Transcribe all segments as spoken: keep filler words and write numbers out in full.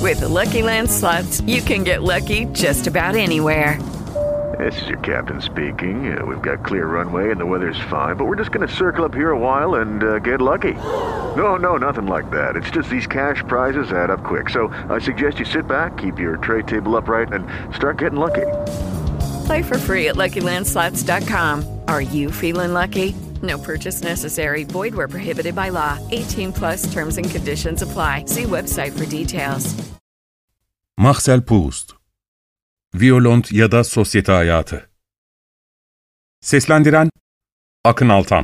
With the Lucky Land Slots, you can get lucky just about anywhere. This is your captain speaking. Uh, we've got clear runway and the weather's fine, but we're just going to circle up here a while and uh, get lucky. No, no, nothing like that. It's just these cash prizes add up quick. So I suggest you sit back, keep your tray table upright, and start getting lucky. Play for free at Lucky Land Slots dot com. Are you feeling lucky? No purchase necessary. Void where prohibited by law. eighteen plus terms and conditions apply. See website for details. Marcel Proust. Violont ya da Sosyete Hayatı. Seslendiren Akın Altan.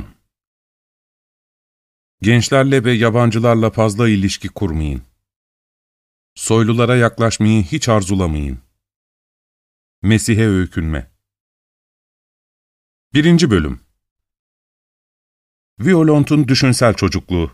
Gençlerle ve yabancılarla fazla ilişki kurmayın. Soylulara yaklaşmayı hiç arzulamayın. Mesih'e öykünme. Birinci Bölüm. Violand'ın düşünsel çocukluğu.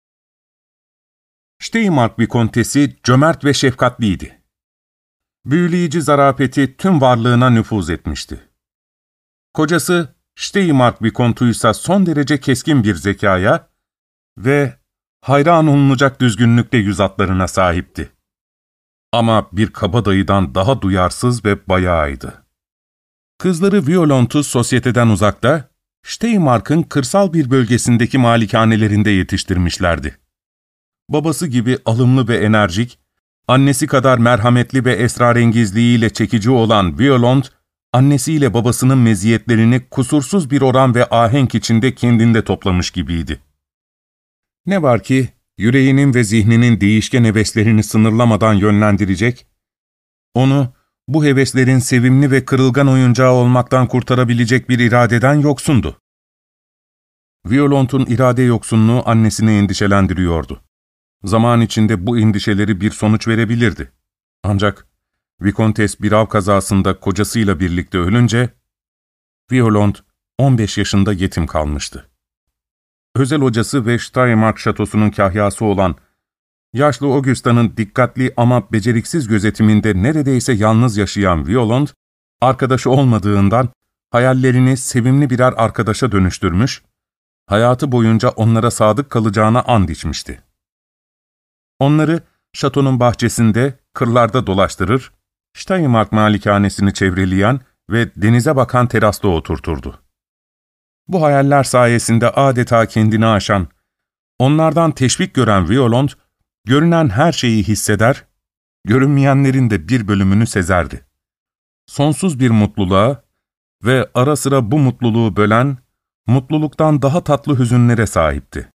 Steiermark Vikontesi cömert ve şefkatliydi. Büyüleyici zarafeti tüm varlığına nüfuz etmişti. Kocası Steiermark Vikontuysa son derece keskin bir zekaya ve hayran olunacak düzgünlükte yüz hatlarına sahipti. Ama bir kabadayıdan daha duyarsız ve bayağıydı. Kızları Violand'ı sosyeteden uzakta, Steiermark'ın kırsal bir bölgesindeki malikanelerinde yetiştirmişlerdi. Babası gibi alımlı ve enerjik, annesi kadar merhametli ve esrarengizliğiyle çekici olan Violand, annesiyle babasının meziyetlerini kusursuz bir oran ve ahenk içinde kendinde toplamış gibiydi. Ne var ki, yüreğinin ve zihninin değişken heveslerini sınırlamadan yönlendirecek, onu bu heveslerin sevimli ve kırılgan oyuncağı olmaktan kurtarabilecek bir iradeden yoksundu. Violand'ın irade yoksunluğu annesini endişelendiriyordu. Zaman içinde bu endişeleri bir sonuç verebilirdi. Ancak Vikontes bir av kazasında kocasıyla birlikte ölünce, Violand on beş yaşında yetim kalmıştı. Özel hocası ve Steiermark şatosunun kahyası olan yaşlı Augusta'nın dikkatli ama beceriksiz gözetiminde neredeyse yalnız yaşayan Violand, arkadaşı olmadığından hayallerini sevimli birer arkadaşa dönüştürmüş, hayatı boyunca onlara sadık kalacağına and içmişti. Onları şatonun bahçesinde, kırlarda dolaştırır, Steiermark malikanesini çevreleyen ve denize bakan terasta oturturdu. Bu hayaller sayesinde adeta kendini aşan, onlardan teşvik gören Violand, görünen her şeyi hisseder, görünmeyenlerin de bir bölümünü sezerdi. Sonsuz bir mutluluğa ve ara sıra bu mutluluğu bölen, mutluluktan daha tatlı hüzünlere sahipti.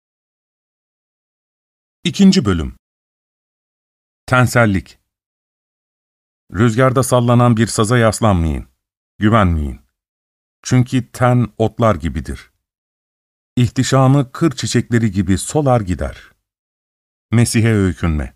İkinci Bölüm. Tensellik. Rüzgarda sallanan bir saza yaslanmayın, güvenmeyin. Çünkü ten otlar gibidir. İhtişamı kır çiçekleri gibi solar gider. Mesih'e öykünme.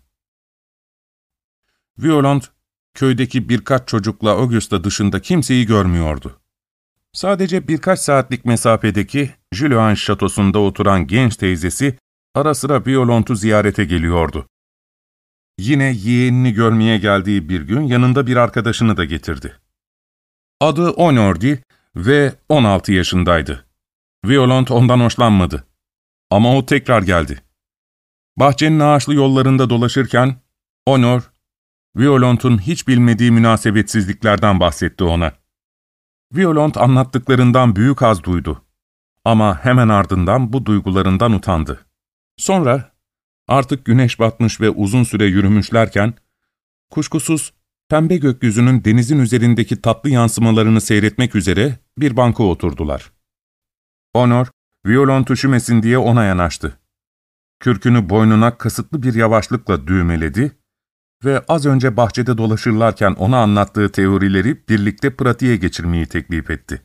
Violand, köydeki birkaç çocukla Augusta dışında kimseyi görmüyordu. Sadece birkaç saatlik mesafedeki Julian şatosunda oturan genç teyzesi ara sıra Violand'ı ziyarete geliyordu. Yine yeğenini görmeye geldiği bir gün yanında bir arkadaşını da getirdi. Adı Honor'di ve on altı yaşındaydı. Violand ondan hoşlanmadı. Ama o tekrar geldi. Bahçenin ağaçlı yollarında dolaşırken, Honor, Violand'ın hiç bilmediği münasebetsizliklerden bahsetti ona. Violand anlattıklarından büyük haz duydu. Ama hemen ardından bu duygularından utandı. Sonra, artık güneş batmış ve uzun süre yürümüşlerken, kuşkusuz pembe gökyüzünün denizin üzerindeki tatlı yansımalarını seyretmek üzere bir banka oturdular. Honor, Violand üşümesin diye ona yanaştı. Kürkünü boynuna kasıtlı bir yavaşlıkla düğmeledi ve az önce bahçede dolaşırlarken ona anlattığı teorileri birlikte pratiğe geçirmeyi teklif etti.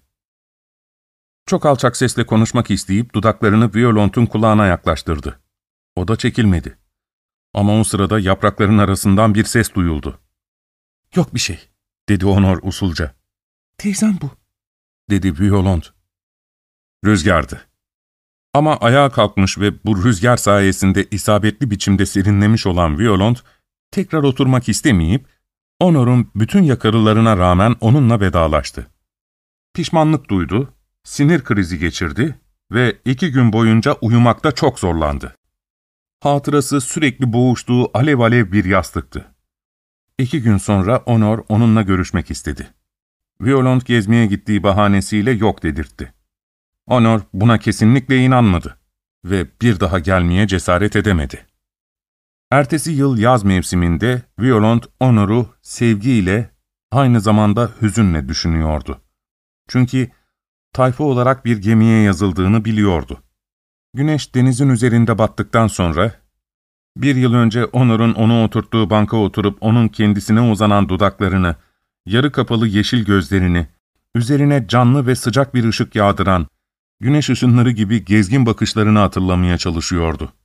Çok alçak sesle konuşmak isteyip dudaklarını Violand'ın kulağına yaklaştırdı. O da çekilmedi. Ama o sırada yaprakların arasından bir ses duyuldu. ''Yok bir şey'' dedi Honor usulca. ''Teyzem bu'' dedi Violand. Rüzgardı. Ama ayağa kalkmış ve bu rüzgar sayesinde isabetli biçimde serinlemiş olan Violand, tekrar oturmak istemeyip, Honor'un bütün yakarılarına rağmen onunla vedalaştı. Pişmanlık duydu, sinir krizi geçirdi ve iki gün boyunca uyumakta çok zorlandı. Hatırası sürekli boğuştuğu alev alev bir yastıktı. İki gün sonra Honor onunla görüşmek istedi. Violent gezmeye gittiği bahanesiyle yok dedirtti. Honor buna kesinlikle inanmadı ve bir daha gelmeye cesaret edemedi. Ertesi yıl yaz mevsiminde Violent Honor'u sevgiyle, aynı zamanda hüzünle düşünüyordu. Çünkü tayfa olarak bir gemiye yazıldığını biliyordu. Güneş denizin üzerinde battıktan sonra, bir yıl önce Honor'un onu oturttuğu banka oturup onun kendisine uzanan dudaklarını, yarı kapalı yeşil gözlerini, üzerine canlı ve sıcak bir ışık yağdıran, güneş ışınları gibi gezgin bakışlarını hatırlamaya çalışıyordu.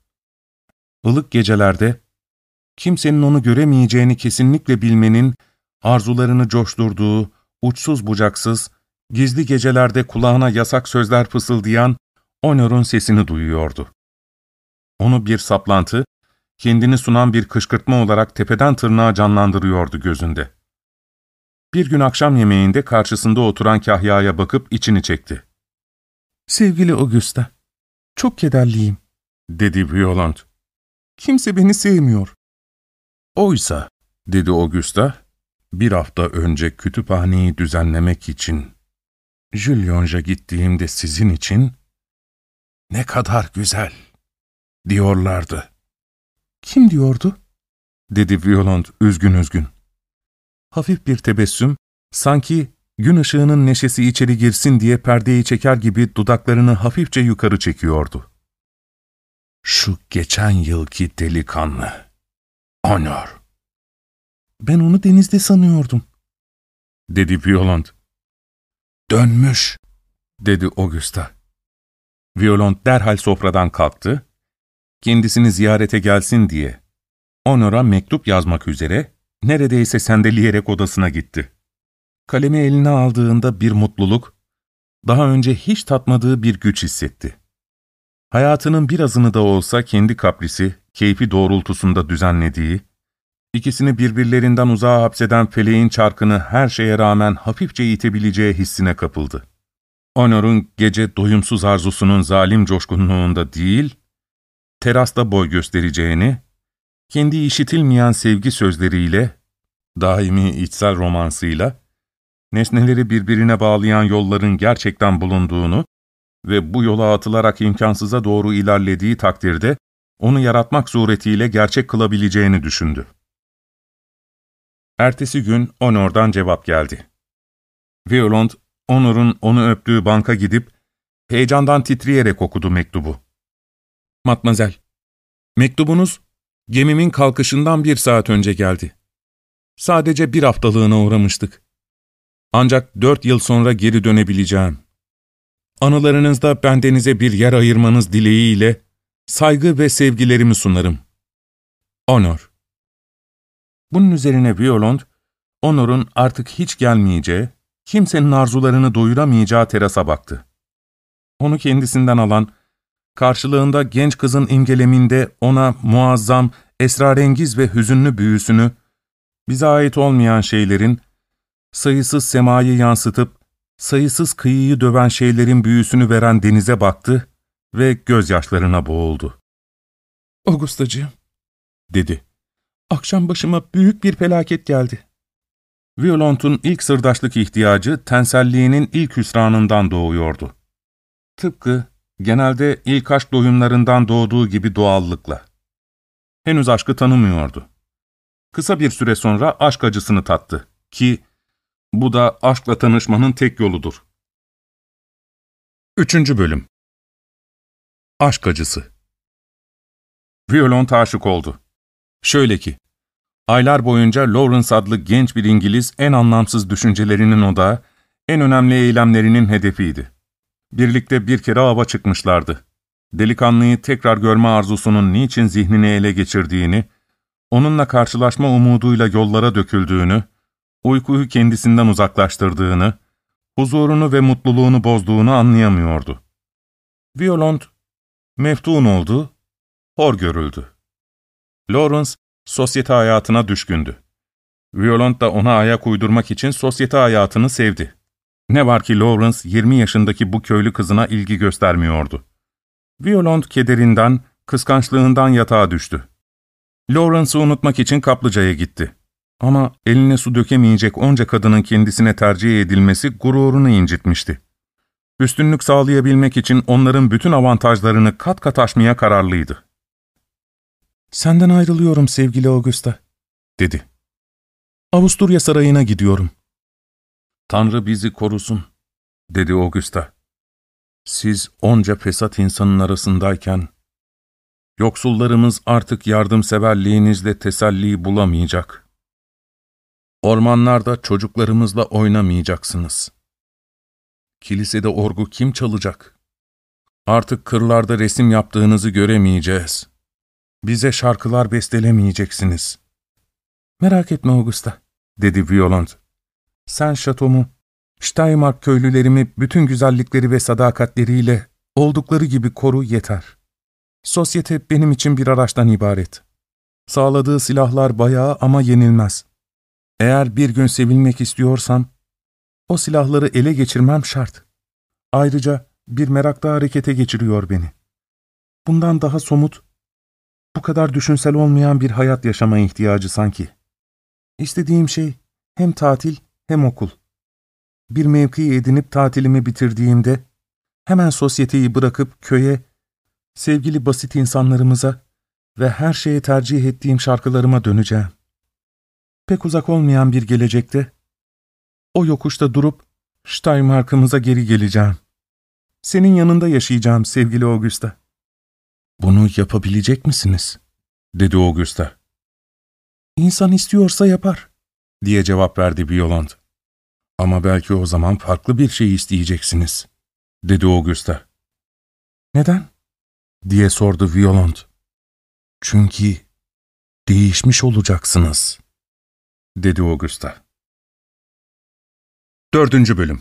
Ilık gecelerde, kimsenin onu göremeyeceğini kesinlikle bilmenin, arzularını coşturduğu, uçsuz bucaksız, gizli gecelerde kulağına yasak sözler fısıldayan Honor'un sesini duyuyordu. Onu bir saplantı, kendini sunan bir kışkırtma olarak tepeden tırnağa canlandırıyordu gözünde. Bir gün akşam yemeğinde karşısında oturan kahyaya bakıp içini çekti. ''Sevgili Augusta, çok kederliyim.'' dedi Violent. ''Kimse beni sevmiyor.'' ''Oysa'' dedi Augusta, ''bir hafta önce kütüphaneyi düzenlemek için, Julyon'a gittiğimde sizin için, ne kadar güzel diyorlardı.'' ''Kim diyordu?'' dedi Violent üzgün üzgün. Hafif bir tebessüm, sanki gün ışığının neşesi içeri girsin diye perdeyi çeker gibi dudaklarını hafifçe yukarı çekiyordu. ''Şu geçen yılki delikanlı, Honor.'' ''Ben onu denizde sanıyordum.'' dedi Violent. ''Dönmüş.'' dedi Augusta. Violent derhal sofradan kalktı, kendisini ziyarete gelsin diye Honor'a mektup yazmak üzere neredeyse sendeleyerek odasına gitti. Kalemi eline aldığında bir mutluluk, daha önce hiç tatmadığı bir güç hissetti. Hayatının birazını da olsa kendi kaprisi, keyfi doğrultusunda düzenlediği, ikisini birbirlerinden uzağa hapseden feleğin çarkını her şeye rağmen hafifçe itebileceği hissine kapıldı. Honor'un gece doyumsuz arzusunun zalim coşkunluğunda değil, terasta boy göstereceğini, kendi işitilmeyen sevgi sözleriyle, daimi içsel romansıyla, nesneleri birbirine bağlayan yolların gerçekten bulunduğunu ve bu yola atılarak imkansıza doğru ilerlediği takdirde onu yaratmak suretiyle gerçek kılabileceğini düşündü. Ertesi gün Honor'dan cevap geldi. Violent, Honor'un onu öptüğü banka gidip, heyecandan titreyerek okudu mektubu. ''Matmazel, mektubunuz gemimin kalkışından bir saat önce geldi. Sadece bir haftalığına uğramıştık. Ancak dört yıl sonra geri dönebileceğim. Anılarınızda bendenize bir yer ayırmanız dileğiyle saygı ve sevgilerimi sunarım. Honor.'' Bunun üzerine Violent, Honor'un artık hiç gelmeyeceği, kimsenin arzularını doyuramayacağı terasa baktı. Onu kendisinden alan, karşılığında genç kızın imgeleminde ona muazzam, esrarengiz ve hüzünlü büyüsünü, bize ait olmayan şeylerin, sayısız semayı yansıtıp, sayısız kıyıyı döven şeylerin büyüsünü veren denize baktı ve gözyaşlarına boğuldu. ''Augustacığım'' dedi. ''Akşam başıma büyük bir felaket geldi.'' Violent'un ilk sırdaşlık ihtiyacı tenselliğinin ilk hüsranından doğuyordu. Tıpkı genelde ilk aşk doyumlarından doğduğu gibi doğallıkla. Henüz aşkı tanımıyordu. Kısa bir süre sonra aşk acısını tattı ki bu da aşkla tanışmanın tek yoludur. Üçüncü Bölüm Aşk acısı. Violent aşık oldu. Şöyle ki, aylar boyunca Lawrence adlı genç bir İngiliz en anlamsız düşüncelerinin odağı, en önemli eylemlerinin hedefiydi. Birlikte bir kere ava çıkmışlardı. Delikanlıyı tekrar görme arzusunun niçin zihnini ele geçirdiğini, onunla karşılaşma umuduyla yollara döküldüğünü, uykuyu kendisinden uzaklaştırdığını, huzurunu ve mutluluğunu bozduğunu anlayamıyordu. Violent, meftun oldu, hor görüldü. Lawrence, sosyete hayatına düşkündü. Violent da ona ayak uydurmak için sosyete hayatını sevdi. Ne var ki Lawrence, yirmi yaşındaki bu köylü kızına ilgi göstermiyordu. Violent kederinden, kıskançlığından yatağa düştü. Lawrence'ı unutmak için kaplıcaya gitti. Ama eline su dökemeyecek onca kadının kendisine tercih edilmesi gururunu incitmişti. Üstünlük sağlayabilmek için onların bütün avantajlarını kat kat aşmaya kararlıydı. ''Senden ayrılıyorum sevgili Augusta'' dedi. ''Avusturya sarayına gidiyorum.'' ''Tanrı bizi korusun'' dedi Augusta. ''Siz onca fesat insanın arasındayken, yoksullarımız artık yardımseverliğinizle teselli bulamayacak. Ormanlarda çocuklarımızla oynamayacaksınız. Kilisede orgu kim çalacak? Artık kırlarda resim yaptığınızı göremeyeceğiz. Bize şarkılar bestelemeyeceksiniz.'' ''Merak etme Augusta'' dedi Violante. ''Sen şatomu, Steiermark köylülerimi bütün güzellikleri ve sadakatleriyle oldukları gibi koru yeter. Sosyete benim için bir araçtan ibaret. Sağladığı silahlar bayağı ama yenilmez. Eğer bir gün sevilmek istiyorsam, o silahları ele geçirmem şart. Ayrıca bir merak da harekete geçiriyor beni. Bundan daha somut, bu kadar düşünsel olmayan bir hayat yaşamaya ihtiyacı sanki. İstediğim şey hem tatil hem okul. Bir mevki edinip tatilimi bitirdiğimde hemen sosyeteyi bırakıp köye, sevgili basit insanlarımıza ve her şeye tercih ettiğim şarkılarıma döneceğim. Pek uzak olmayan bir gelecekte o yokuşta durup Steiermark'ımıza geri geleceğim. Senin yanında yaşayacağım sevgili Augusta. ''Bunu yapabilecek misiniz?'' dedi Augusta. ''İnsan istiyorsa yapar'' diye cevap verdi Violante. ''Ama belki o zaman farklı bir şey isteyeceksiniz'' dedi Augusta. ''Neden?'' diye sordu Violante. ''Çünkü değişmiş olacaksınız'' dedi Augusta. Dördüncü Bölüm.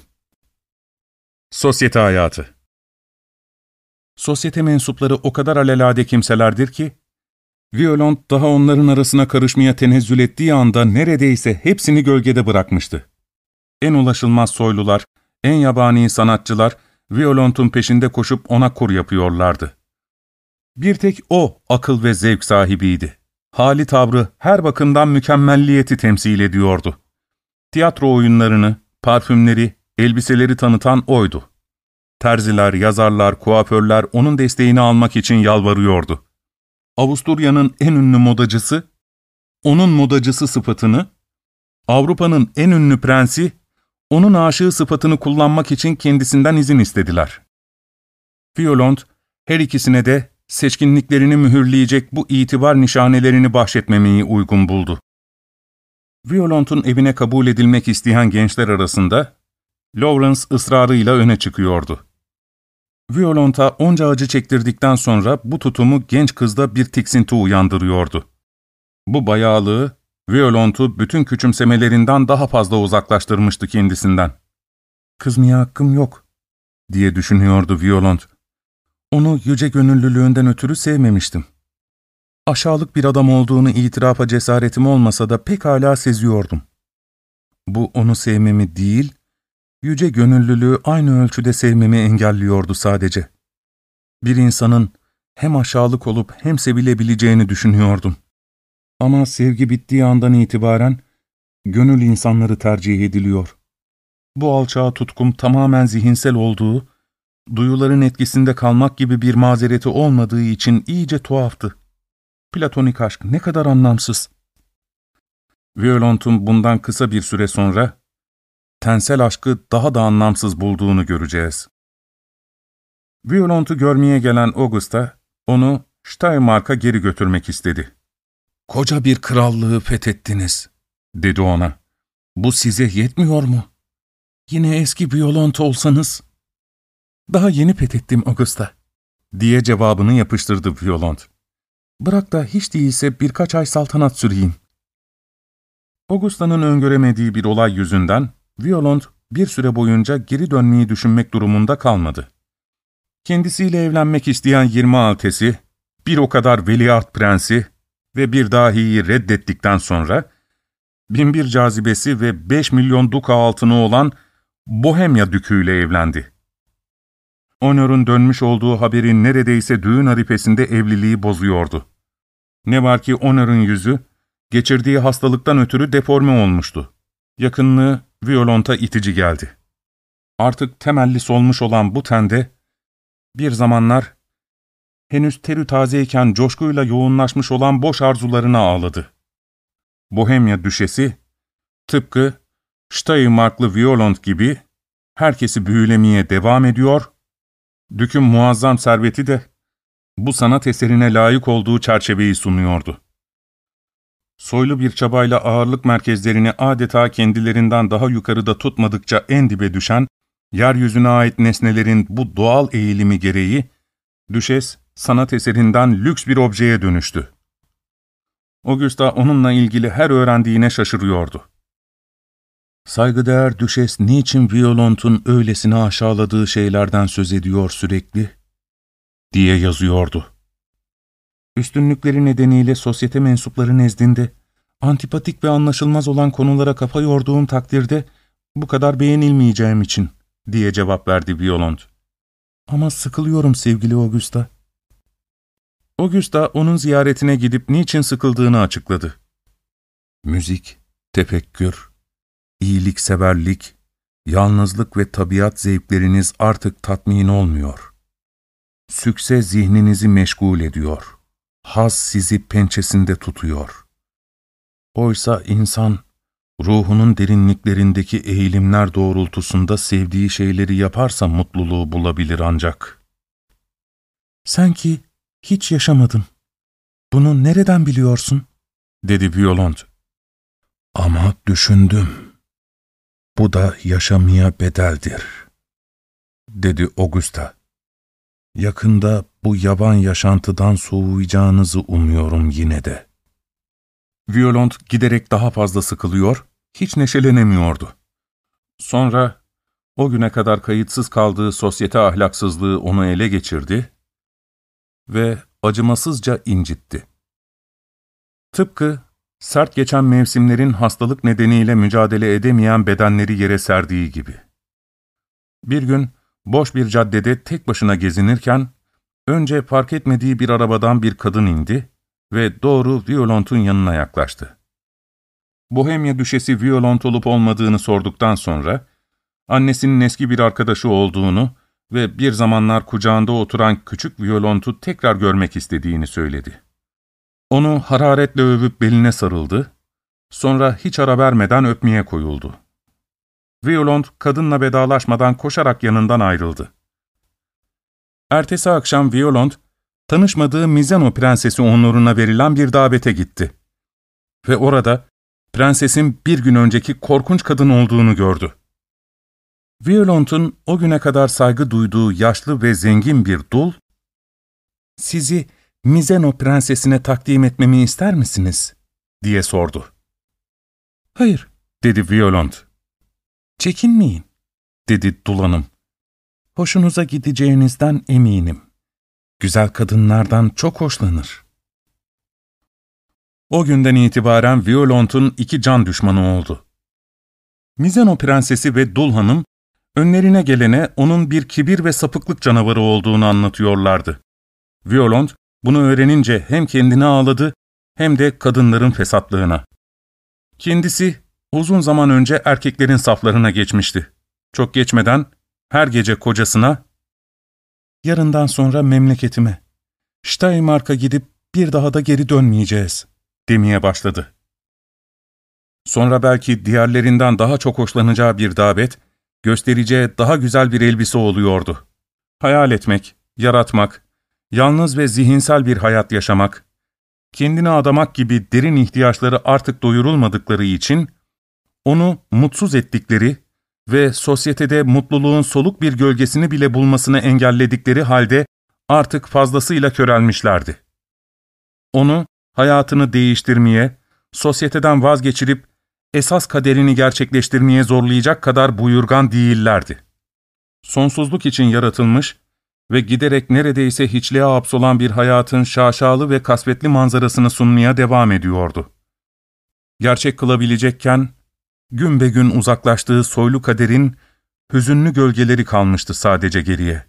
Sosyete hayatı. Sosyete mensupları o kadar alelade kimselerdir ki, Violante daha onların arasına karışmaya tenezzül ettiği anda neredeyse hepsini gölgede bırakmıştı. En ulaşılmaz soylular, en yabani sanatçılar, Violante'un peşinde koşup ona kur yapıyorlardı. Bir tek o akıl ve zevk sahibiydi. Hali tavrı her bakımdan mükemmelliyeti temsil ediyordu. Tiyatro oyunlarını, parfümleri, elbiseleri tanıtan oydu. Terziler, yazarlar, kuaförler onun desteğini almak için yalvarıyordu. Avusturya'nın en ünlü modacısı, onun modacısı sıfatını, Avrupa'nın en ünlü prensi, onun aşığı sıfatını kullanmak için kendisinden izin istediler. Violante, her ikisine de seçkinliklerini mühürleyecek bu itibar nişanelerini bahşetmemeyi uygun buldu. Violante'un evine kabul edilmek isteyen gençler arasında, Lawrence ısrarıyla öne çıkıyordu. Violante'a onca acı çektirdikten sonra bu tutumu genç kızda bir tiksinti uyandırıyordu. Bu bayağılığı, Violante'u bütün küçümsemelerinden daha fazla uzaklaştırmıştı kendisinden. ''Kızmaya hakkım yok'' diye düşünüyordu Violante. ''Onu yüce gönüllülüğünden ötürü sevmemiştim. Aşağılık bir adam olduğunu itirafa cesaretim olmasa da pekala seziyordum. Bu onu sevmemi değil, yüce gönüllülüğü aynı ölçüde sevmemi engelliyordu sadece. Bir insanın hem aşağılık olup hem sevilebileceğini düşünüyordum. Ama sevgi bittiği andan itibaren gönül insanları tercih ediliyor. Bu alçağa tutkum tamamen zihinsel olduğu, duyuların etkisinde kalmak gibi bir mazereti olmadığı için iyice tuhaftı. Platonik aşk ne kadar anlamsız. Violante'un bundan kısa bir süre sonra tensel aşkı daha da anlamsız bulduğunu göreceğiz. Violante'u görmeye gelen Augusta, onu Steiermark'a geri götürmek istedi. ''Koca bir krallığı fethettiniz'' dedi ona. ''Bu size yetmiyor mu? Yine eski Violante olsanız.'' ''Daha yeni fethettim Augusta'' diye cevabını yapıştırdı Violante. ''Bırak da hiç değilse birkaç ay saltanat süreyim.'' Augusta'nın öngöremediği bir olay yüzünden Violante bir süre boyunca geri dönmeyi düşünmek durumunda kalmadı. Kendisiyle evlenmek isteyen yirmi altesi, bir o kadar veliaht prensi ve bir dahiyi reddettikten sonra, binbir cazibesi ve beş milyon duka altını olan Bohemya düküyle evlendi. Honor'un dönmüş olduğu haberin neredeyse düğün arifesinde evliliği bozuyordu. Ne var ki Honor'un yüzü, geçirdiği hastalıktan ötürü deforme olmuştu. Yakınlığı Violent'a itici geldi. Artık temelli solmuş olan bu tende, bir zamanlar henüz terü tazeyken coşkuyla yoğunlaşmış olan boş arzularına ağladı. Bohemya düşesi, tıpkı Steiermarklı Violent gibi herkesi büyülemeye devam ediyor, Dük'ün muazzam serveti de bu sanat eserine layık olduğu çerçeveyi sunuyordu. Soylu bir çabayla ağırlık merkezlerini adeta kendilerinden daha yukarıda tutmadıkça en dibe düşen, yeryüzüne ait nesnelerin bu doğal eğilimi gereği, düşes sanat eserinden lüks bir objeye dönüştü. Augusta onunla ilgili her öğrendiğine şaşırıyordu. Saygıdeğer düşes niçin Violent'un öylesine aşağıladığı şeylerden söz ediyor sürekli, diye yazıyordu. Üstünlükleri nedeniyle sosyete mensupları nezdinde, antipatik ve anlaşılmaz olan konulara kafa yorduğum takdirde, bu kadar beğenilmeyeceğim için, diye cevap verdi Violent. Ama sıkılıyorum sevgili Augusta. Augusta onun ziyaretine gidip niçin sıkıldığını açıkladı. Müzik, tefekkür, iyilikseverlik, yalnızlık ve tabiat zevkleriniz artık tatmin olmuyor. Sükse zihninizi meşgul ediyor. Haz sizi pençesinde tutuyor. Oysa insan, ruhunun derinliklerindeki eğilimler doğrultusunda sevdiği şeyleri yaparsa mutluluğu bulabilir ancak. Sen ki hiç yaşamadın. Bunu nereden biliyorsun? Dedi Violent. Ama düşündüm. Bu da yaşamaya bedeldir, dedi Augusta. Yakında bu yaban yaşantıdan soğuyacağınızı umuyorum yine de. Violent giderek daha fazla sıkılıyor, hiç neşelenemiyordu. Sonra o güne kadar kayıtsız kaldığı sosyete ahlaksızlığı onu ele geçirdi ve acımasızca incitti. Tıpkı sert geçen mevsimlerin hastalık nedeniyle mücadele edemeyen bedenleri yere serdiği gibi. Bir gün boş bir caddede tek başına gezinirken, önce fark etmediği bir arabadan bir kadın indi ve doğru Violent'un yanına yaklaştı. Bohemya düşesi Violent olup olmadığını sorduktan sonra, annesinin eski bir arkadaşı olduğunu ve bir zamanlar kucağında oturan küçük Violent'u tekrar görmek istediğini söyledi. Onu hararetle övüp beline sarıldı, sonra hiç ara vermeden öpmeye koyuldu. Violent, kadınla vedalaşmadan koşarak yanından ayrıldı. Ertesi akşam Violent, tanışmadığı Mizeno prensesi onuruna verilen bir davete gitti. Ve orada, prensesin bir gün önceki korkunç kadın olduğunu gördü. Violent'un o güne kadar saygı duyduğu yaşlı ve zengin bir dul, ''Sizi Mizeno prensesine takdim etmemi ister misiniz?'' diye sordu. ''Hayır'' dedi Violent. ''Çekinmeyin'' dedi dul hanım. ''Hoşunuza gideceğinizden eminim. Güzel kadınlardan çok hoşlanır.'' O günden itibaren Violent'un iki can düşmanı oldu. Mizeno prensesi ve dul hanım, önlerine gelene onun bir kibir ve sapıklık canavarı olduğunu anlatıyorlardı. Violent, bunu öğrenince hem kendine ağladı hem de kadınların fesatlığına. Kendisi uzun zaman önce erkeklerin saflarına geçmişti. Çok geçmeden her gece kocasına, ''Yarından sonra memleketime, Steiermark'a gidip bir daha da geri dönmeyeceğiz.'' demeye başladı. Sonra belki diğerlerinden daha çok hoşlanacağı bir davet, göstereceği daha güzel bir elbise oluyordu. Hayal etmek, yaratmak, yalnız ve zihinsel bir hayat yaşamak, kendini adamak gibi derin ihtiyaçları artık doyurulmadıkları için, onu mutsuz ettikleri ve sosyetede mutluluğun soluk bir gölgesini bile bulmasını engelledikleri halde artık fazlasıyla körelmişlerdi. Onu, hayatını değiştirmeye, sosyeteden vazgeçirip esas kaderini gerçekleştirmeye zorlayacak kadar buyurgan değillerdi. Sonsuzluk için yaratılmış ve giderek neredeyse hiçliğe hapsolan bir hayatın şaşalı ve kasvetli manzarasını sunmaya devam ediyordu. Gerçek kılabilecekken, gün be gün uzaklaştığı soylu kaderin hüzünlü gölgeleri kalmıştı sadece geriye.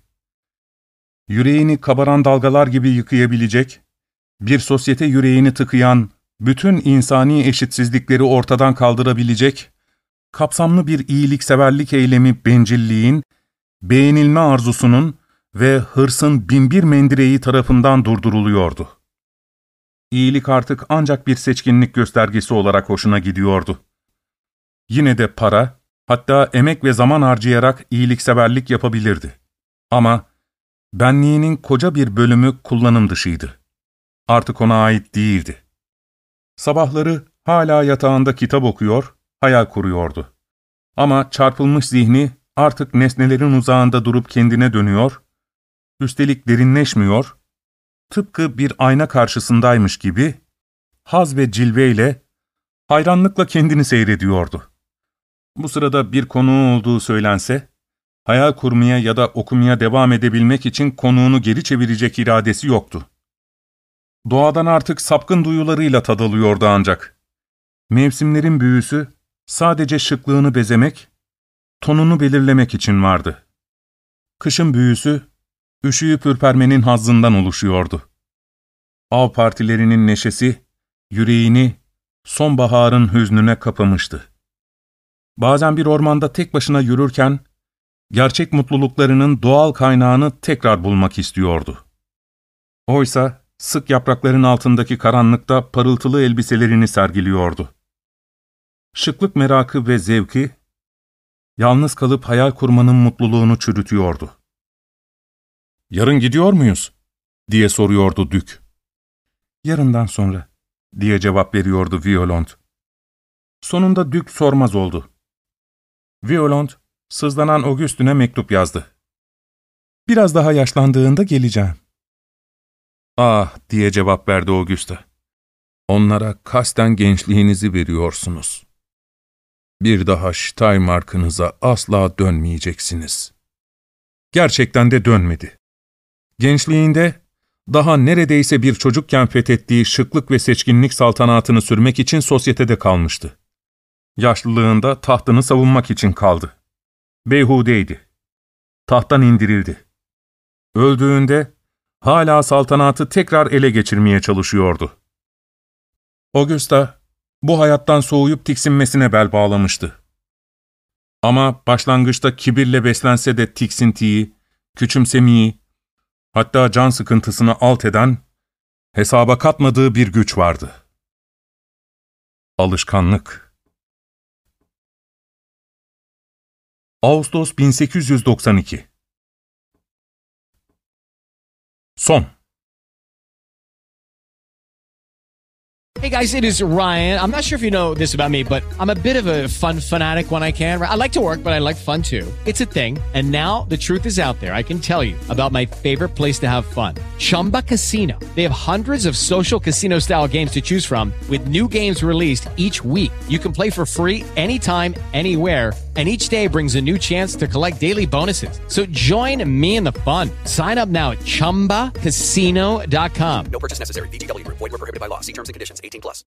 Yüreğini kabaran dalgalar gibi yıkayabilecek, bir sosyete yüreğini tıkayan bütün insani eşitsizlikleri ortadan kaldırabilecek, kapsamlı bir iyilikseverlik eylemi bencilliğin, beğenilme arzusunun ve hırsın binbir mendireği tarafından durduruluyordu. İyilik artık ancak bir seçkinlik göstergesi olarak hoşuna gidiyordu. Yine de para, hatta emek ve zaman harcayarak iyilikseverlik yapabilirdi. Ama benliğinin koca bir bölümü kullanım dışıydı. Artık ona ait değildi. Sabahları hala yatağında kitap okuyor, hayal kuruyordu. Ama çarpılmış zihni artık nesnelerin uzağında durup kendine dönüyor, üstelik derinleşmiyor, tıpkı bir ayna karşısındaymış gibi, haz ve cilveyle, hayranlıkla kendini seyrediyordu. Bu sırada bir konuğu olduğu söylense, hayal kurmaya ya da okumaya devam edebilmek için konuğunu geri çevirecek iradesi yoktu. Doğadan artık sapkın duyularıyla tad alıyordu ancak. Mevsimlerin büyüsü sadece şıklığını bezemek, tonunu belirlemek için vardı. Kışın büyüsü, üşüyüp ürpermenin hazzından oluşuyordu. Av partilerinin neşesi, yüreğini sonbaharın hüznüne kapamıştı. Bazen bir ormanda tek başına yürürken, gerçek mutluluklarının doğal kaynağını tekrar bulmak istiyordu. Oysa sık yaprakların altındaki karanlıkta parıltılı elbiselerini sergiliyordu. Şıklık merakı ve zevki, yalnız kalıp hayal kurmanın mutluluğunu çürütüyordu. ''Yarın gidiyor muyuz?'' diye soruyordu Dük. ''Yarından sonra'' diye cevap veriyordu Violante. Sonunda Dük sormaz oldu. Violante, sızlanan Auguste'üne mektup yazdı. ''Biraz daha yaşlandığında geleceğim.'' ''Ah'' diye cevap verdi Auguste. ''Onlara kasten gençliğinizi veriyorsunuz. Bir daha Steiermark'ınıza asla dönmeyeceksiniz.'' Gerçekten de dönmedi. Gençliğinde, daha neredeyse bir çocukken fethettiği şıklık ve seçkinlik saltanatını sürmek için sosyetede kalmıştı. Yaşlılığında tahtını savunmak için kaldı. Beyhudeydi. Tahttan indirildi. Öldüğünde, hala saltanatı tekrar ele geçirmeye çalışıyordu. Augusta, bu hayattan soğuyup tiksinmesine bel bağlamıştı. Ama başlangıçta kibirle beslense de tiksintiyi, küçümsemeyi, hatta can sıkıntısını alt eden, hesaba katmadığı bir güç vardı. Alışkanlık. Ağustos bin sekiz yüz doksan iki. Son. Hey guys, it is Ryan. I'm not sure if you know this about me, but I'm a bit of a fun fanatic when I can. I like to work, but I like fun too. It's a thing. And now the truth is out there. I can tell you about my favorite place to have fun. Chumba Casino. They have hundreds of social casino style games to choose from with new games released each week. You can play for free anytime, anywhere. And each day brings a new chance to collect daily bonuses. So join me in the fun. Sign up now at chumba casino dot com. No purchase necessary. V G W Group. Void where prohibited by law. See terms and conditions. eighteen plus.